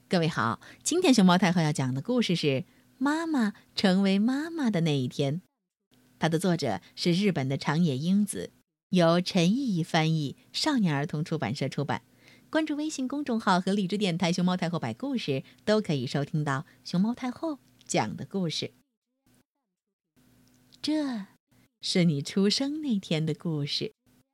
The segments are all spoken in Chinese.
各位好，今天熊猫太后要讲的故事是《妈妈成为妈妈的那一天》，它的作者是日本的长野英子，由陈毅翻译，少年儿童出版社出版。关注微信公众号和荔枝电台熊猫太后摆故事，都可以收听到熊猫太后讲的故事。这是你出生那天的故事。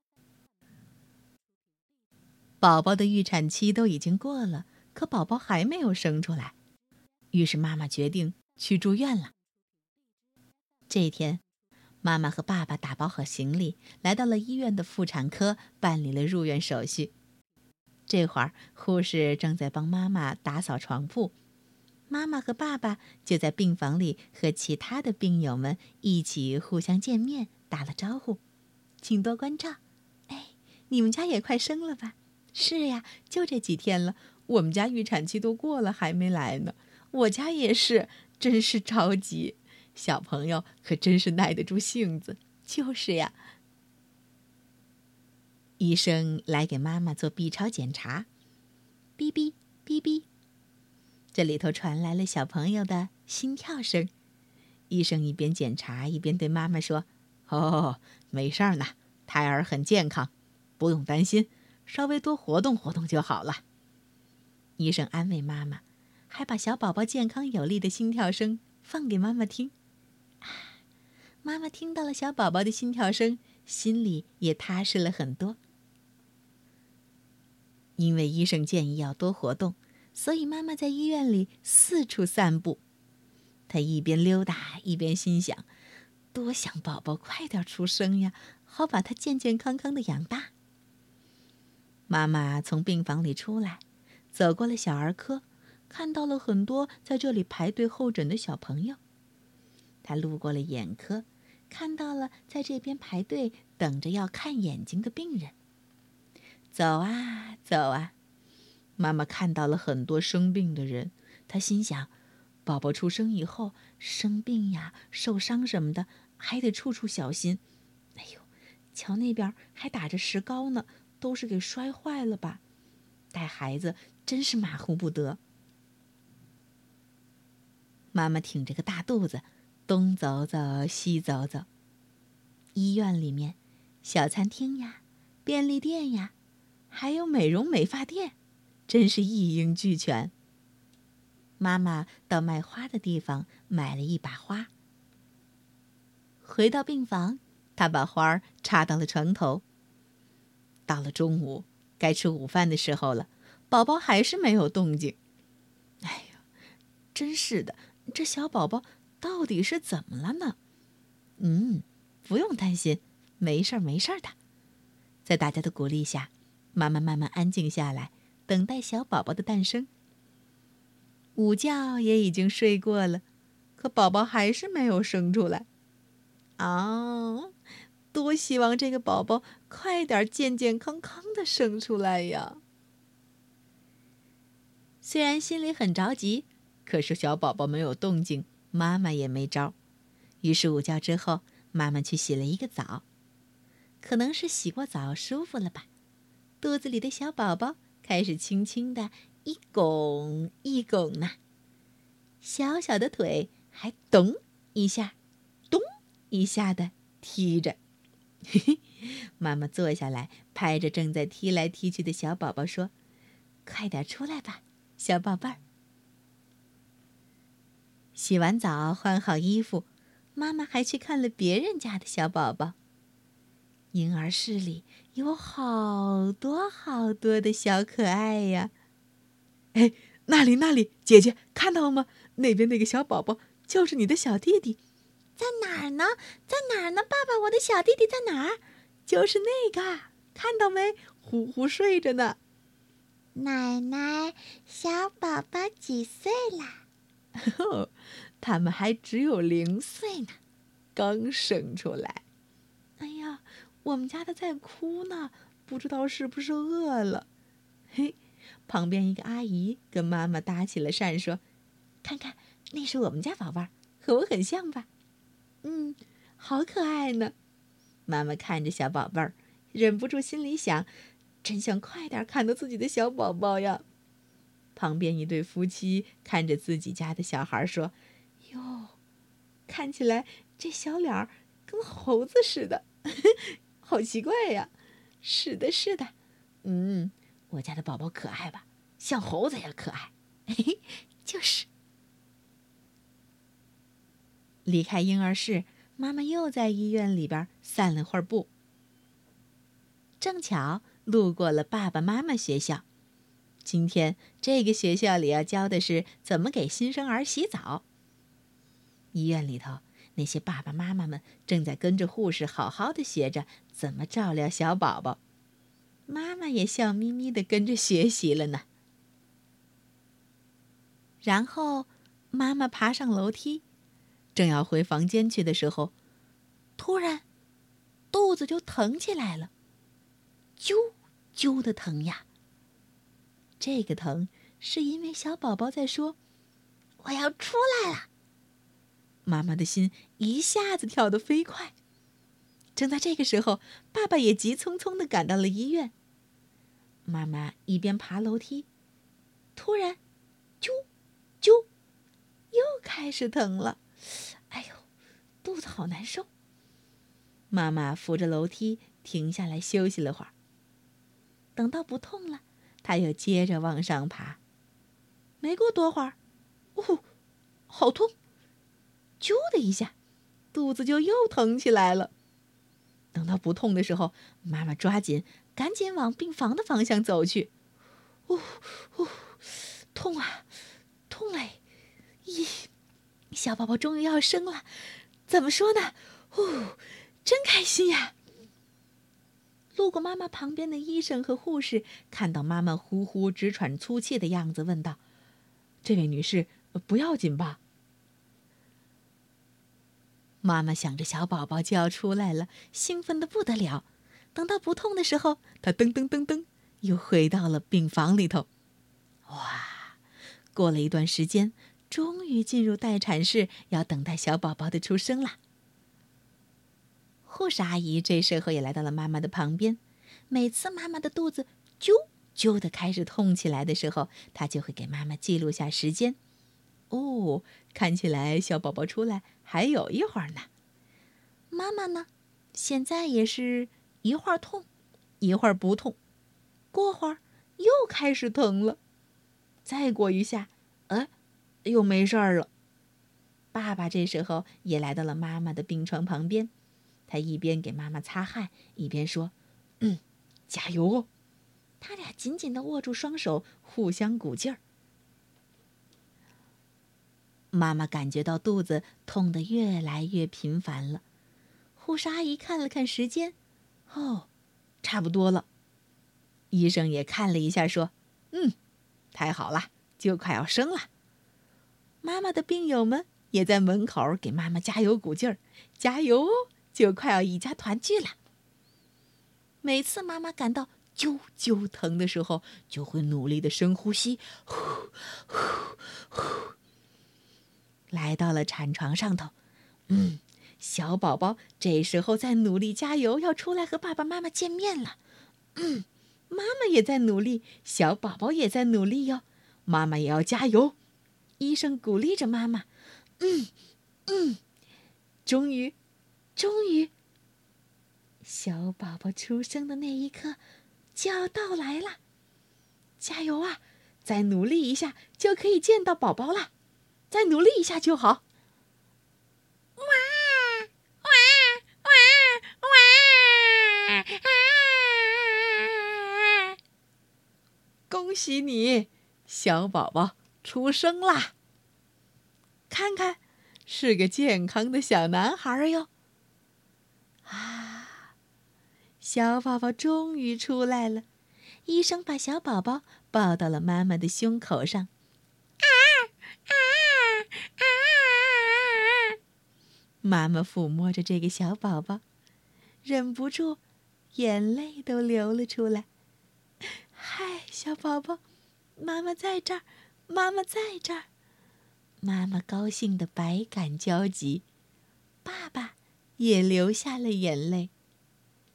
宝宝的预产期都已经过了，可宝宝还没有生出来，于是妈妈决定去住院了。这一天，妈妈和爸爸打包好行李，来到了医院的妇产科，办理了入院手续。这会儿，护士正在帮妈妈打扫床铺，妈妈和爸爸就在病房里和其他的病友们一起互相见面，打了招呼：“请多关照。哎，你们家也快生了吧？”“是呀，就这几天了，我们家预产期都过了还没来呢。我家也是，真是着急。小朋友可真是耐得住性子。”“就是呀。”医生来给妈妈做 B 超检查，哔哔哔哔，这里头传来了小朋友的心跳声。医生一边检查一边对妈妈说：“哦，没事儿呢，胎儿很健康，不用担心，稍微多活动活动就好了。”医生安慰妈妈，还把小宝宝健康有力的心跳声放给妈妈听。妈妈听到了小宝宝的心跳声，心里也踏实了很多。因为医生建议要多活动，所以妈妈在医院里四处散步。她一边溜达一边心想，多想宝宝快点出生呀，好把他健健康康的养大。妈妈从病房里出来，走过了小儿科，看到了很多在这里排队候诊的小朋友。她路过了眼科，看到了在这边排队等着要看眼睛的病人。走啊走啊，妈妈看到了很多生病的人，她心想，宝宝出生以后生病呀、受伤什么的，还得处处小心。哎呦，瞧那边还打着石膏呢，都是给摔坏了吧？带孩子真是马虎不得。妈妈挺着个大肚子，东走走西走走。医院里面，小餐厅呀、便利店呀，还有美容美发店，真是一应俱全。妈妈到卖花的地方买了一把花。回到病房，她把花插到了床头。到了中午，该吃午饭的时候了，宝宝还是没有动静。哎呀，真是的，这小宝宝到底是怎么了呢？不用担心，没事儿没事儿的。在大家的鼓励下，妈妈慢慢安静下来，等待小宝宝的诞生。午觉也已经睡过了，可宝宝还是没有生出来。多希望这个宝宝快点健健康康的生出来呀！虽然心里很着急，可是小宝宝没有动静，妈妈也没招。于是午觉之后，妈妈去洗了一个澡。可能是洗过澡舒服了吧，肚子里的小宝宝开始轻轻的一拱一拱呢，小小的腿还咚一下咚一下的踢着。嘿嘿，妈妈坐下来，拍着正在踢来踢去的小宝宝说：“快点出来吧，小宝贝儿。”洗完澡换好衣服，妈妈还去看了别人家的小宝宝。婴儿室里有好多好多的小可爱呀！哎，那里，姐姐看到吗？那边那个小宝宝就是你的小弟弟。在哪儿呢？在哪儿呢？爸爸，我的小弟弟在哪儿？就是那个，看到没？呼呼睡着呢。 奶奶，小宝宝几岁啦？ 他们还只有0岁呢，刚生出来。哎呀，我们家的在哭呢，不知道是不是饿了。嘿，旁边一个阿姨跟妈妈搭起了讪，说：“看看，那是我们家宝贝儿，和我很像吧？”“好可爱呢。”妈妈看着小宝贝儿，忍不住心里想，真想快点看到自己的小宝宝呀。 旁边一对夫妻看着自己家的小孩说：“哟，看起来这小脸儿跟猴子似的，好奇怪呀。”“是的，是的，我家的宝宝可爱吧？像猴子也可爱。”“嘿嘿，就是。”离开婴儿室，妈妈又在医院里边散了会儿步。正巧路过了爸爸妈妈学校。今天这个学校里要教的是怎么给新生儿洗澡。医院里头，那些爸爸妈妈们正在跟着护士好好的学着怎么照料小宝宝。妈妈也笑眯眯地跟着学习了呢。然后妈妈爬上楼梯，正要回房间去的时候，突然肚子就疼起来了，啾啾的疼呀。这个疼是因为小宝宝在说：“我要出来了。”妈妈的心一下子跳得飞快。正在这个时候，爸爸也急匆匆地赶到了医院。妈妈一边爬楼梯，突然，啾啾，又开始疼了。哎呦，肚子好难受。妈妈扶着楼梯停下来休息了会儿。等到不痛了，她又接着往上爬。没过多会儿，好痛！啾的一下，肚子就又疼起来了。等到不痛的时候，妈妈赶紧往病房的方向走去。痛啊，痛哎！小宝宝终于要生了，怎么说呢？真开心呀！路过妈妈旁边的医生和护士看到妈妈呼呼直喘粗气的样子，问道：“这位女士，不要紧吧？”妈妈想着小宝宝就要出来了，兴奋得不得了。等到不痛的时候，她噔噔噔噔又回到了病房里头。哇，过了一段时间，终于进入待产室，要等待小宝宝的出生啦。护士阿姨这时候也来到了妈妈的旁边。每次妈妈的肚子啾啾的开始痛起来的时候，她就会给妈妈记录下时间。看起来小宝宝出来还有一会儿呢。妈妈呢，现在也是一会儿痛，一会儿不痛，过会儿又开始疼了，再过一下，又没事儿了。爸爸这时候也来到了妈妈的病床旁边，他一边给妈妈擦汗，一边说：“加油哦！”他俩紧紧地握住双手，互相鼓劲儿。妈妈感觉到肚子痛得越来越频繁了。护士阿姨看了看时间，差不多了。医生也看了一下，说：“太好了，就快要生了。”妈妈的病友们也在门口给妈妈加油鼓劲儿，加油哦，就快要一家团聚了。每次妈妈感到啾啾疼的时候，就会努力的深呼吸，来到了产床上头。小宝宝这时候在努力加油，要出来和爸爸妈妈见面了。妈妈也在努力，小宝宝也在努力哟。妈妈也要加油。医生鼓励着妈妈。终于，小宝宝出生的那一刻就要到来了。加油啊！再努力一下就可以见到宝宝了，再努力一下就好。 哇哇哇哇！ 恭喜你，小宝宝出生啦！看看，是个健康的小男孩哟。小宝宝终于出来了。医生把小宝宝抱到了妈妈的胸口上。妈妈抚摸着这个小宝宝，忍不住眼泪都流了出来。嗨，小宝宝，妈妈在这儿，妈妈在这儿。妈妈高兴得百感交集，爸爸也流下了眼泪。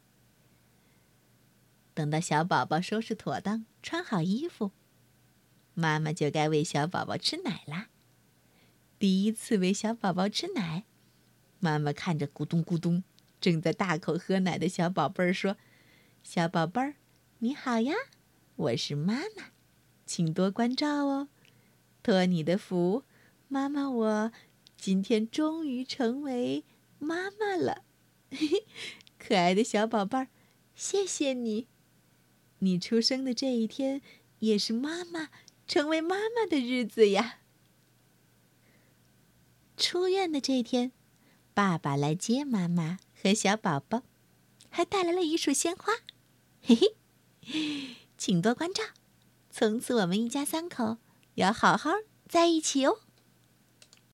等到小宝宝收拾妥当，穿好衣服， 妈妈就该喂小宝宝吃奶啦。第一次喂小宝宝吃奶，妈妈看着咕咚咕咚正在大口喝奶的小宝贝儿说：“小宝贝儿，你好呀，我是妈妈，请多关照哦。托你的福，妈妈我今天终于成为妈妈了。可爱的小宝贝儿，谢谢你。你出生的这一天，也是妈妈成为妈妈的日子呀。”出院的这天，爸爸来接妈妈和小宝宝，还带来了一束鲜花。嘿嘿，请多关照，从此我们一家3口要好好在一起哦。